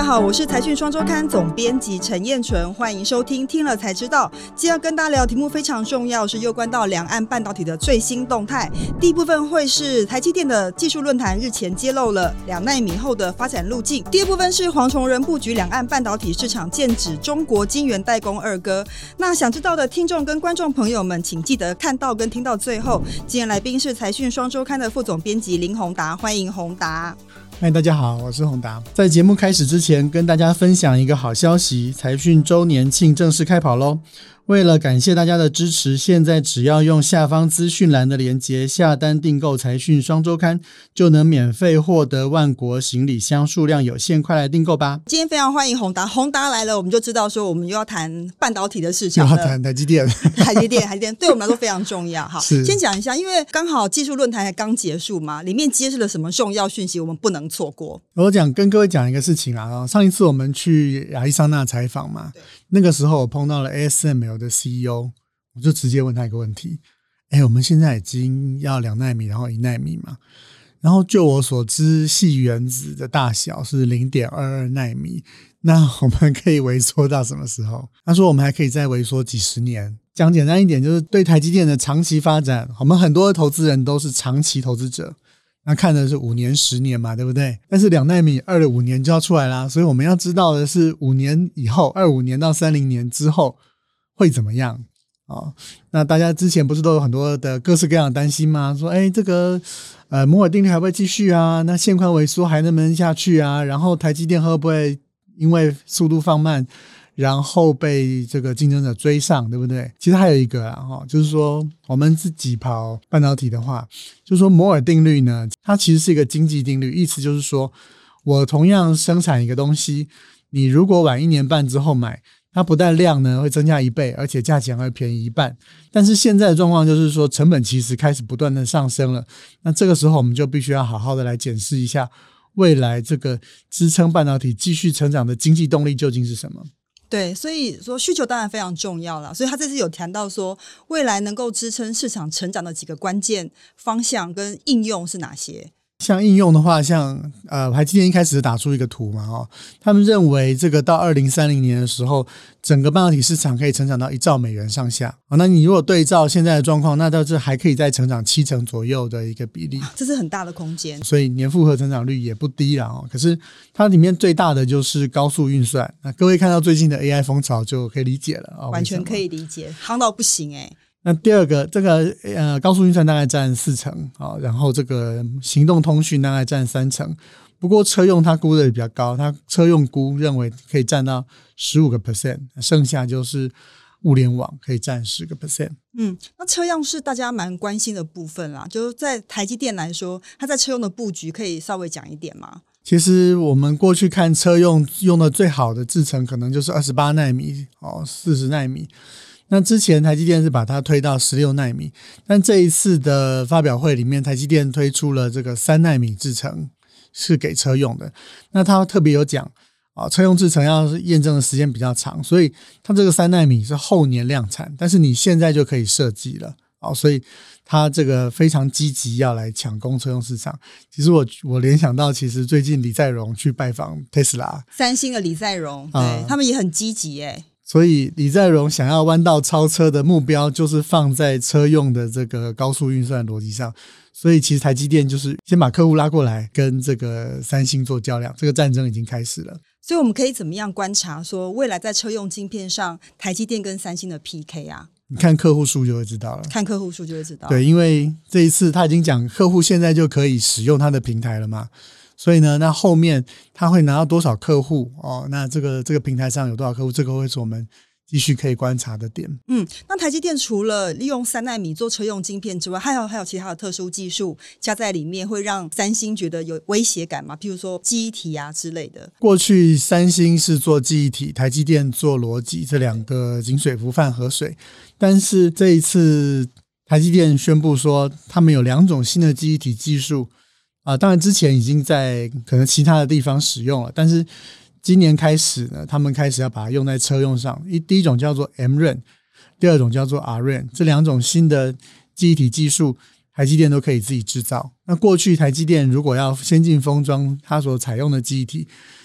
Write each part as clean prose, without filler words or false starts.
家好，我是财讯双周刊总编辑陈燕纯，欢迎收听听了才知道。今天要跟大家聊的题目非常重要，是攸关到两岸半导体的最新动态。第一部分会是台积电的技术论坛日前揭露了2奈米后的发展路径，第二部分是黄崇仁布局两岸半导体市场，剑指中国晶圆代工二哥。那想知道的听众跟观众朋友们，请记得看到跟听到最后。今天来宾是财讯双周刊的副总编辑林宏达，欢迎宏达。 嗨，大家好，我是宏达。在节目开始之前，跟大家分享一个好消息，财讯周年庆正式开跑咯。为了感谢大家的支持，现在只要用下方资讯栏的连结下单订购财讯双周刊，就能免费获得万国行李箱，数量有限，快来订购吧。 今天非常欢迎宏达，宏达来了，我们就知道说我们又要谈半导体的市场了， 又要谈台积电台积电对我们来说非常重要。好，先讲一下，因为刚好技术论坛才刚结束嘛，里面揭示了什么重要讯息，我们不能错过。 我跟各位讲一个事情啊，上一次我们去亚利桑那采访嘛，那个时候我碰到了 ASML 的 CEO， 我就直接问他一个问题，我们现在已经要2奈米然后1奈米嘛，然后就我所知矽原子的大小是 0.22 奈米，那我们可以微缩到什么时候？他说我们还可以再微缩几十年。讲简单一点，就是对台积电的长期发展，我们很多的投资人都是长期投资者，那看的是5年10年嘛，对不对？但是2奈米25年就要出来啦，所以我们要知道的是5年以后25年到30年之后会怎么样那大家之前不是都有很多的各式各样的担心吗？说这个摩尔定律还会继续啊，那线宽微缩还能不能下去啊，然后台积电会不会因为速度放慢然后被这个竞争者追上，对不对？其实还有一个就是说我们自己跑半导体的话，就是说摩尔定律呢，它其实是一个经济定律，意思就是说我同样生产一个东西，你如果晚1年半之后买，它不但量呢会增加1倍，而且价钱还会便宜1半。但是现在的状况就是说成本其实开始不断的上升了，那这个时候我们就必须要好好的来检视一下未来这个支撑半导体继续成长的经济动力究竟是什么。 对，所以说需求当然非常重要了，所以他这次有谈到说未来能够支撑市场成长的几个关键方向跟应用是哪些。 像应用的话，像台积电一开始打出一个图嘛他们认为这个到2030年的时候，整个半导体市场可以成长到1兆美元上下那你如果对照现在的状况，那到这还可以再成长70%左右的一个比例， 这是很大的空间， 所以年复合成长率也不低啦可是它里面最大的就是高速运算，那各位看到最近的 AI 风潮就可以理解了完全可以理解，夯到不行那第二个，这个高速运算大概占40%然后这个行动通讯大概占30%，不过车用它估的比较高，它车用估认为可以占到 15%， 剩下就是物联网可以占10%。 那车用是大家蛮关心的部分啦，就是在台积电来说，它在车用的布局可以稍微讲一点吗？ 其实我们过去看车用的最好的制程可能就是28奈米40奈米，那之前台积电是把它推到16奈米，但这一次的发表会里面，台积电推出了这个3奈米制程是给车用的。那他特别有讲车用制程要验证的时间比较长，所以它这个3奈米是后年量产，但是你现在就可以设计了所以他这个非常积极要来抢攻车用市场。其实我联想到，其实最近李在镕去拜访 Tesla， 三星的李在镕对他们也很积极所以李在镕想要弯道超车的目标就是放在车用的这个高速运算逻辑上，所以其实台积电就是先把客户拉过来跟这个三星做较量，这个战争已经开始了。 所以我们可以怎么样观察说未来在车用晶片上台积电跟三星的 PK 你看客户数就会知道了， 看客户数就会知道。 对，因为这一次他已经讲客户现在就可以使用他的平台了嘛，所以呢，那后面他会拿到多少客户那这个平台上有多少客户，这个会是我们继续可以观察的点。 那台积电除了利用3奈米做车用晶片之外，还有其他的特殊技术加在里面，会让三星觉得有威胁感吗？譬如说记忆体之类的。 过去三星是做记忆体，台积电做逻辑，这两个井水不犯河水。但是这一次台积电宣布说他们有2种新的记忆体技术当然之前已经在可能其他的地方使用了，但是今年开始呢，他们开始要把它用在车用上。第一种叫做 MRAM， 第二种叫做 RRAM， 这2种新的记忆体技术台积电都可以自己制造。那过去台积电如果要先进封装它所采用的记忆体，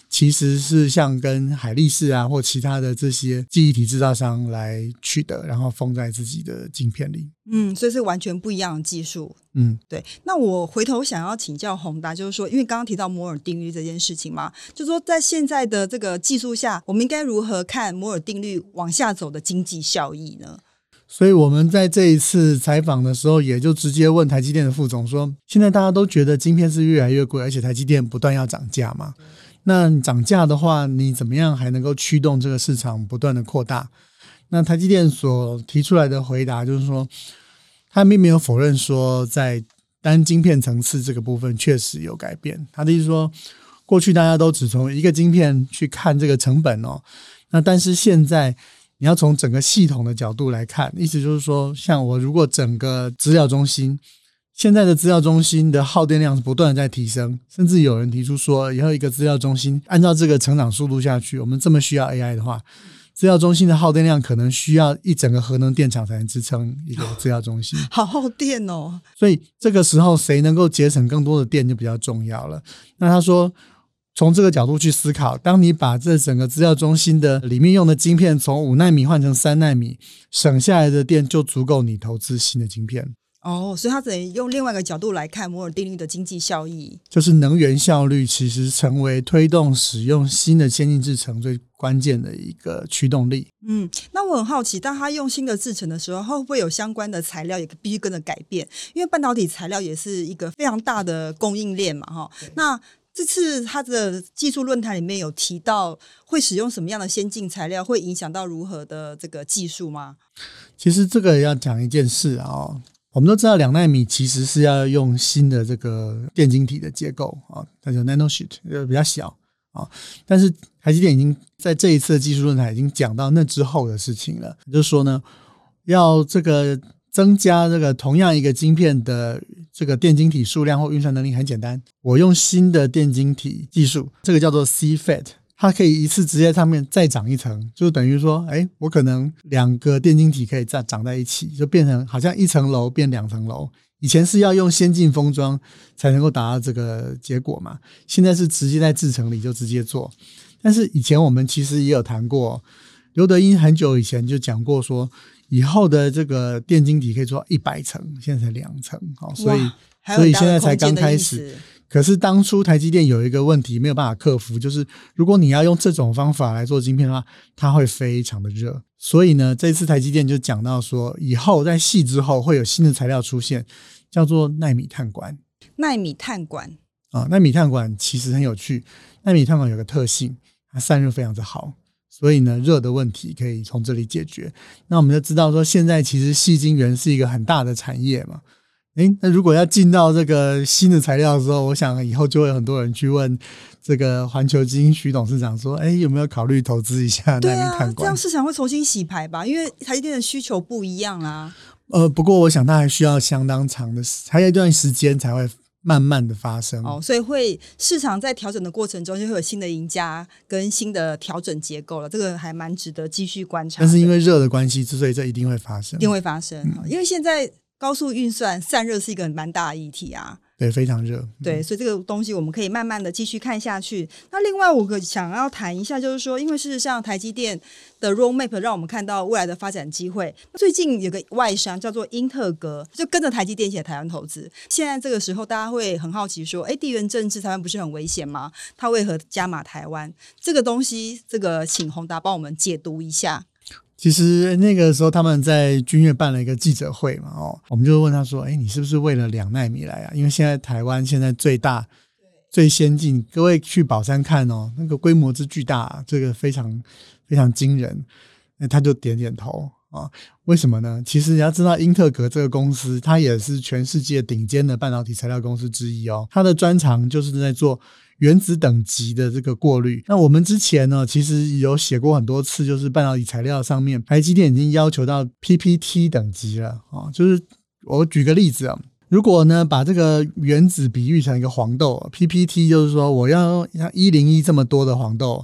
其实是像跟海力士啊或其他的这些记忆体制造商来取得，然后封在自己的晶片里。 所以是完全不一样的技术。对。那我回头想要请教宏达，就是说因为刚刚提到摩尔定律这件事情嘛，就是说在现在的这个技术下，我们应该如何看摩尔定律往下走的经济效益呢？ 所以我们在这一次采访的时候，也就直接问台积电的副总说，现在大家都觉得晶片是越来越贵，而且台积电不断要涨价嘛，那你涨价的话，你怎么样还能够驱动这个市场不断的扩大？那台积电所提出来的回答就是说，他并没有否认说在单晶片层次这个部分确实有改变。他的意思说，过去大家都只从一个晶片去看这个成本那但是现在你要从整个系统的角度来看，意思就是说，像我如果整个资料中心，现在的资料中心的耗电量是不断的在提升，甚至有人提出说，以后一个资料中心按照这个成长速度下去，我们这么需要 AI 的话，资料中心的耗电量可能需要一整个核能电厂才能支撑一个资料中心。 好耗电哦！ 所以这个时候谁能够节省更多的电就比较重要了。那他说，从这个角度去思考，当你把这整个资料中心的里面用的晶片从5奈米换成3奈米，省下来的电就足够你投资新的晶片。 所以他等于用另外一个角度来看摩尔定律的经济效益， 就是能源效率其实成为推动使用新的先进制程最关键的一个驱动力。 那我很好奇，当他用新的制程的时候，会不会有相关的材料也必须跟着改变？因为半导体材料也是一个非常大的供应链嘛，那这次他的技术论坛里面有提到会使用什么样的先进材料，会影响到如何的这个技术吗？ 其实这个要讲一件事我们都知道2奈米其实是要用新的这个电晶体的结构它叫 nanosheet， 比较小但是台积电已经在这一次的技术论坛已经讲到那之后的事情了，就是说呢，要这个增加这个同样一个晶片的这个电晶体数量或运算能力很简单，我用新的电晶体技术，这个叫做 CFET， 它可以一次直接上面再长一层，就等于说我可能2个电晶体可以再长在一起，就变成好像1层楼变2层楼。以前是要用先进封装才能够达到这个结果嘛，现在是直接在制程里就直接做。但是以前我们其实也有谈过，刘德音很久以前就讲过说，以后的这个电晶体可以做到100层，现在才2层所以现在才刚开始。可是当初台积电有一个问题没有办法克服，就是如果你要用这种方法来做晶片的话，它会非常的热。所以呢，这次台积电就讲到说，以后在矽之后会有新的材料出现，叫做奈米碳管。 奈米碳管奈米碳管其实很有趣，奈米碳管有个特性，它散热非常的好，所以呢，热的问题可以从这里解决。那我们就知道说，现在其实矽晶圆是一个很大的产业嘛。那如果要进到这个新的材料的时候，我想以后就会有很多人去问这个环球晶徐董事长说，有没有考虑投资一下奈米碳管？ 这样市场会重新洗牌吧？因为台积电的需求不一样啊。 不过我想它还需要相当长的，还有一段时间才会慢慢的发生。 所以市场在调整的过程中就会有新的赢家跟新的调整结构了，这个还蛮值得继续观察的。 但是因为热的关系，所以这一定会发生， 一定会发生。因为现在高速运算散热是一个很蛮大的议题啊。 对，非常热。 对，所以这个东西我们可以慢慢的继续看下去。那另外我想要谈一下，就是说因为事实上台积电的 roadmap 让我们看到未来的发展机会。最近有个外商叫做英特格，就跟着台积电一起来台湾投资。现在这个时候大家会很好奇说，地缘政治台湾不是很危险吗？他为何加码台湾？这个东西请宏达帮我们解读一下。 其实那个时候他们在君悦办了一个记者会嘛我们就问他说，你是不是为了2奈米来啊？因为现在台湾现在最大最先进，各位去宝山看那个规模之巨大，这个非常非常惊人。他就点点头为什么呢？其实你要知道英特格这个公司，它也是全世界顶尖的半导体材料公司之一它的专长就是在做原子等级的这个过滤。那我们之前呢，其实有写过很多次，就是半导体材料上面台积电已经要求到 PPT 等级了就是我举个例子如果呢把这个原子比喻成一个黄豆 PPT 就是说我要像101这么多的黄豆，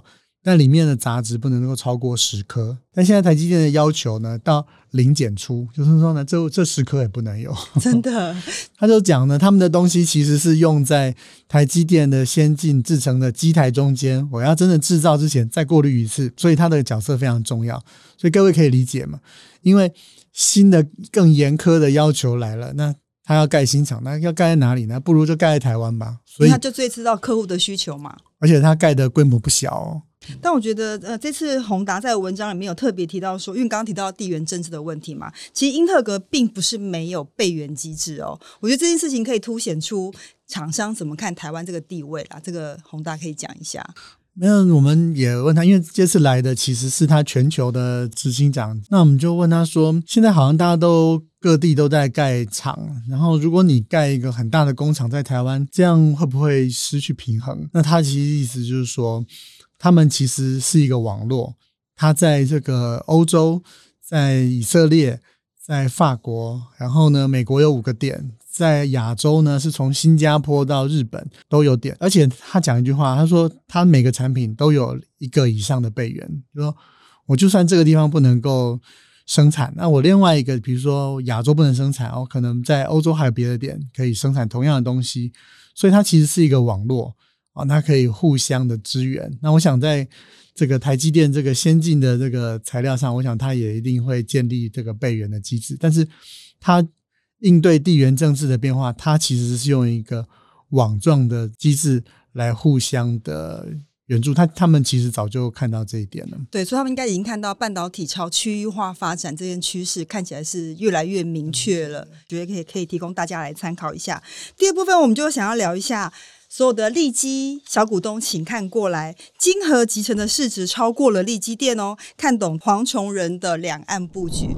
但里面的杂质不能够超过10颗。但现在台积电的要求呢，到零检出，就是说呢，这10颗也不能有。 真的， 他就讲呢，他们的东西其实是用在台积电的先进制程的机台中间，我要真的制造之前再过滤一次，所以它的角色非常重要。所以各位可以理解嘛，因为新的更严苛的要求来了，那他要盖新厂，那要盖在哪里呢？不如就盖在台湾吧。所以他就最知道客户的需求嘛。 而且他盖的规模不小哦。 但我觉得这次宏达在文章里面有特别提到说，因为刚刚提到地缘政治的问题嘛，其实英特格并不是没有备援机制哦。我觉得这件事情可以凸显出厂商怎么看台湾这个地位啦，这个宏达可以讲一下。 没有，我们也问他，因为这次来的其实是他全球的执行长，那我们就问他说，现在好像大家都各地都在盖厂，然后如果你盖一个很大的工厂在台湾，这样会不会失去平衡？那他其实意思就是说，他们其实是一个网络，他在这个欧洲，在以色列，在法国，然后呢美国有5个点，在亚洲呢是从新加坡到日本都有点。而且他讲一句话，他说他每个产品都有1个以上的备援，就说我就算这个地方不能够生产，那我另外一个比如说亚洲不能生产，可能在欧洲还有别的点可以生产同样的东西，所以它其实是一个网络，它可以互相的支援。那我想在这个台积电这个先进的这个材料上，我想它也一定会建立这个备援的机制，但是它应对地缘政治的变化，它其实是用一个网状的机制来互相的援助，他们其实早就看到这一点了。 对，所以他们应该已经看到半导体朝区域化发展这件趋势看起来是越来越明确了，觉得可以提供大家来参考一下。第二部分我们就想要聊一下所有的利基小股东请看过来，金河集成的市值超过了利基电哦，看懂黄崇仁的两岸布局。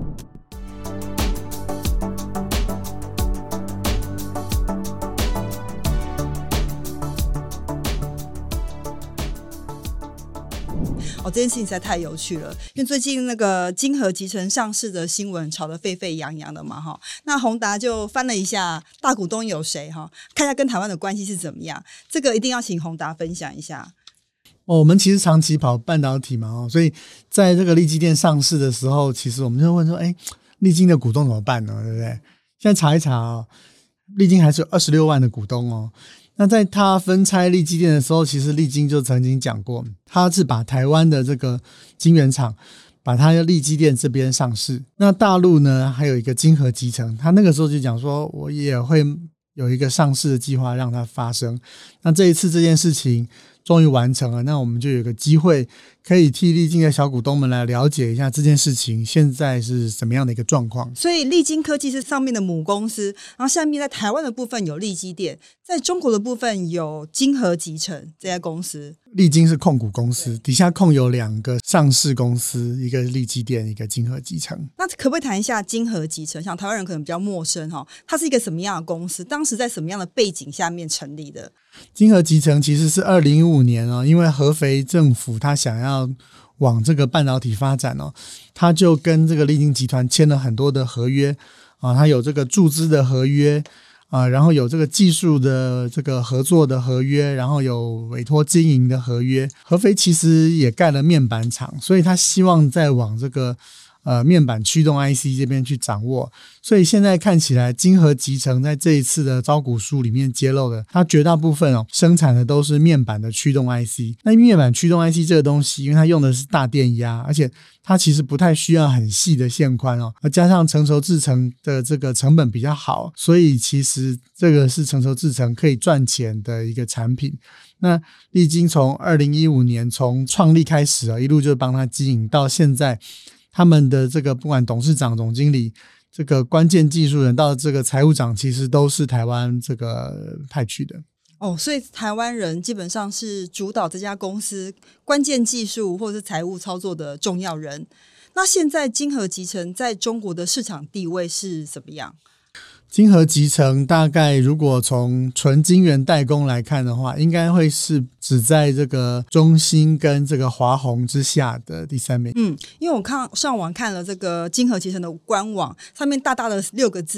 这件事情实在太有趣了，因为最近那个金河集成上市的新闻炒得沸沸扬扬的嘛，那宏达就翻了一下大股东有谁，看一下跟台湾的关系是怎么样，这个一定要请宏达分享一下。 我们其实长期跑半导体嘛，所以在这个利基电上市的时候，其实我们就问说，利基的股东怎么办呢？对不对？现在查一查利基还是有26万的股东哦。那在他分拆利基电的时候，其实利基就曾经讲过，他是把台湾的这个晶圆厂把它利基电这边上市，那大陆呢还有一个金河集成，他那个时候就讲说我也会有一个上市的计划让它发生。那这一次这件事情终于完成了，那我们就有个机会可以替利基的小股东们来了解一下这件事情现在是什么样的一个状况。 所以利基科技是上面的母公司，然后下面在台湾的部分有利基电，在中国的部分有金河集成这家公司。 利基是控股公司，底下控有2个上市公司，一个利基电，一个金河集成。 那可不可以谈一下金河集成？像台湾人可能比较陌生，它是一个什么样的公司？当时在什么样的背景下面成立的？ 金河集成其实是2015年因为合肥政府他想要往这个半导体发展他就跟这个利基集团签了很多的合约他有这个注资的合约然后有这个技术的这个合作的合约，然后有委托经营的合约。合肥其实也盖了面板厂，所以他希望再往这个面板驱动 IC 这边去掌握。所以现在看起来金河集成在这一次的招股书里面揭露的，它绝大部分生产的都是面板的驱动 IC。那面板驱动 IC 这个东西因为它用的是大电压，而且它其实不太需要很细的线宽加上成熟制程的这个成本比较好，所以其实这个是成熟制程可以赚钱的一个产品。那利基从2015年从创立开始一路就帮它经营到现在，他们的这个不管董事长、总经理、这个关键技术人到这个财务长，其实都是台湾这个派去的。 所以台湾人基本上是主导这家公司关键技术或者是财务操作的重要人。那现在金河集成在中国的市场地位是怎么样？ 金河集成大概如果从纯晶圆代工来看的话，应该会是只在这个中芯跟这个华虹之下的第3名。 因为我上网看了这个金河集成的官网，上面大大的6个字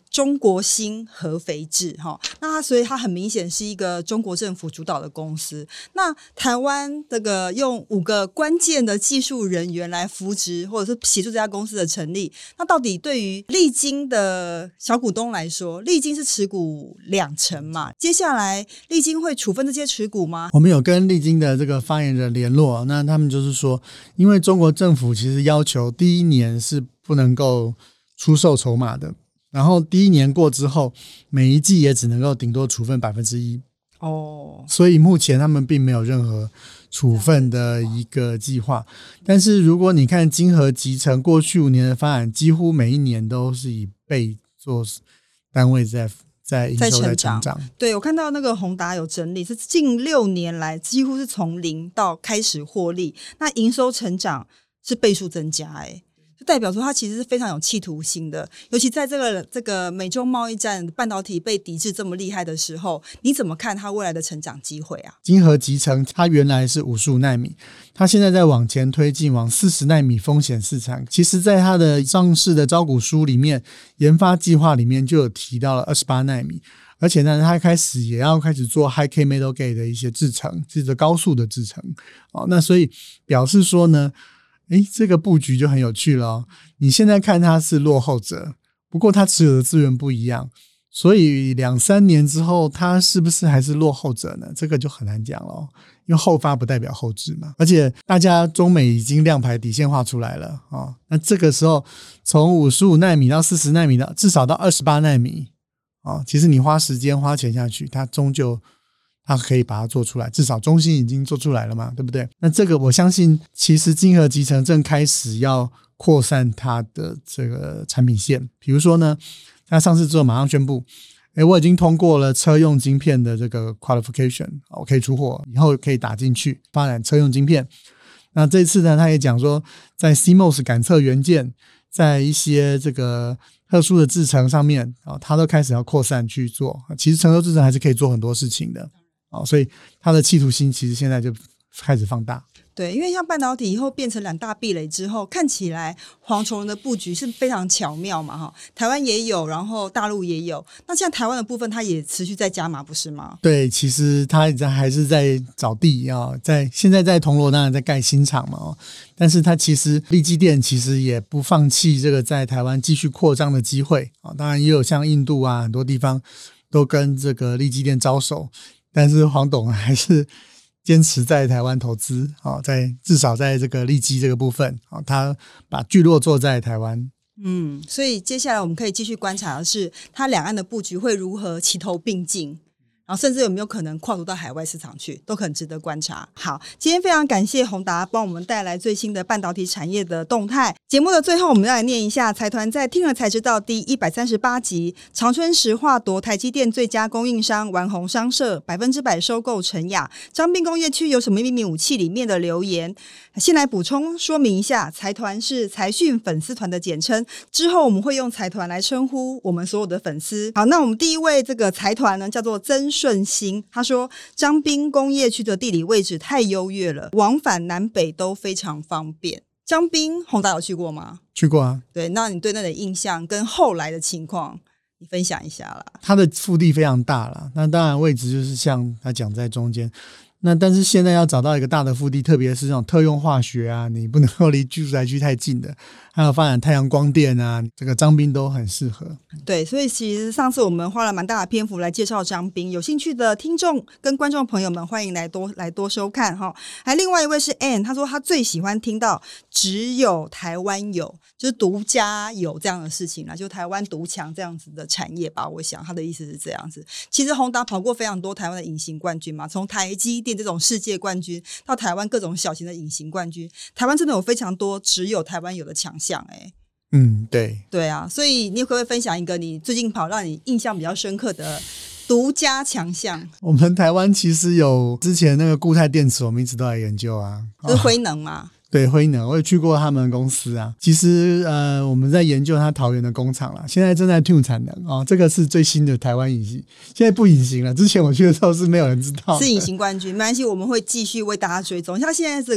中国兴合肥制那所以它很明显是一个中国政府主导的公司。那台湾这个用5个关键的技术人员来扶植或者是协助这家公司的成立，那到底对于力晶的小股东来说，力晶是持股20%嘛？接下来力晶会处分这些持股吗？ 我们有跟力晶的这个发言人联络，那他们就是说，因为中国政府其实要求第1年是不能够出售筹码的，然后第1年过之后，每一季也只能够顶多处分1%。所以目前他们并没有任何处分的一个计划。但是如果你看金河集成过去5年的发展，几乎每一年都是以倍做单位在营收在成长。 对，我看到那个宏达有整理，是近6年来几乎是从0到开始获利，那营收成长是倍数增加就代表说它其实是非常有企图心的。尤其在这个美中贸易战半导体被抵制这么厉害的时候，你怎么看它未来的成长机会啊？ 金河集成它原来是55奈米，它现在在往前推进往40奈米风险市场。其实在它的上市的招股书里面，研发计划里面就有提到了28奈米，而且呢它也要开始做 High K Metal Gate 的一些制程，是个高速的制程那所以表示说呢这个布局就很有趣了你现在看它是落后者，不过它持有的资源不一样，所以2-3年之后它是不是还是落后者呢？这个就很难讲了因为后发不代表后置嘛。而且大家中美已经亮牌底线画出来了那这个时候从55奈米到40奈米的至少到28奈米其实你花时间花钱下去，它终究它可以把它做出来，至少中芯已经做出来了嘛，对不对？那这个我相信其实金河集成正开始要扩散它的这个产品线。比如说呢，它上市之后马上宣布我已经通过了车用晶片的这个 qualification 我可以出货，以后可以打进去发展车用晶片。那这次呢，他也讲说在 CMOS 感测元件，在一些这个特殊的制程上面他都开始要扩散去做。其实成熟制程还是可以做很多事情的所以它的企图心其实现在就开始放大。 对，因为像半导体以后变成2大壁垒之后，看起来黄崇仁的布局是非常巧妙嘛台湾也有，然后大陆也有，那现在台湾的部分它也持续在加码不是吗？ 对，其实它还是在找地现在在铜锣当然在盖新厂嘛但是它其实力积电其实也不放弃这个在台湾继续扩张的机会当然也有像印度很多地方都跟这个力积电招手，但是黄董还是坚持在台湾投资至少在这个力积这个部分他把聚落做在台湾。 所以接下来我们可以继续观察的是它两岸的布局会如何齐头并进，然后甚至有没有可能跨足到海外市场去，都很值得观察。好，今天非常感谢宏达帮我们带来最新的半导体产业的动态。节目的最后我们要来念一下财团在听了才知道第138集，长春石化夺台积电最佳供应商，丸宏商社100%收购成雅，彰滨工业区有什么秘密武器里面的留言。先来补充说明一下，财团是财讯粉丝团的简称，之后我们会用财团来称呼我们所有的粉丝。好，那我们第一位这个财团呢叫做曾顺兴，他说彰滨工业区的地理位置太优越了，往返南北都非常方便。彰滨宏达有去过吗？ 去过啊。 对，那你对那的印象跟后来的情况你分享一下啦。 它的腹地非常大啦，那当然位置就是像他讲在中间，那但是现在要找到一个大的腹地，特别是这种特用化学你不能够离住宅区太近的，还有发展太阳光电这个彰滨都很适合。 对，所以其实上次我们花了蛮大的篇幅来介绍彰滨，有兴趣的听众跟观众朋友们欢迎来多收看还另外一位是 Ann， 他说他最喜欢听到只有台湾有，就是独家有这样的事情啦，就台湾独强这样子的产业吧，我想他的意思是这样子。其实宏达跑过非常多台湾的隐形冠军嘛，从台积电这种世界冠军到台湾各种小型的隐形冠军，台湾真的有非常多只有台湾有的强项对啊，所以你可不可以分享一个你最近跑让你印象比较深刻的独家强项？ 我们台湾其实有之前那个固态电池，我们一直都在研究就是辉能嘛对，辉能我也去过他们的公司其实我们在研究他桃园的工厂啦，现在正在 tune 产能这个是最新的台湾隐形，现在不隐形了，之前我去的时候是没有人知道的， 是隐形冠军，没关系，我们会继续为大家追踪。像现在这个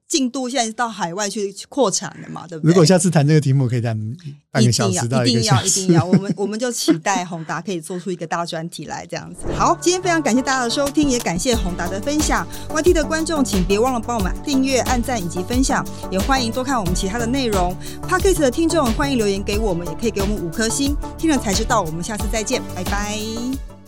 进度现在到海外去扩产了嘛，对不对？ 如果下次谈这个题目，可以谈半个小时到1个小时。 一定要，我们就期待宏达可以做出一个大专题来这样子。好，今天非常感谢大家的收听，也感谢宏达的分享。YT 的观众请别忘了帮我们订阅、按赞以及分享，也欢迎多看我们其他的内容。Podcast 的听众欢迎留言给我们，也可以给我们5颗星。听了才知道，我们下次再见，拜拜。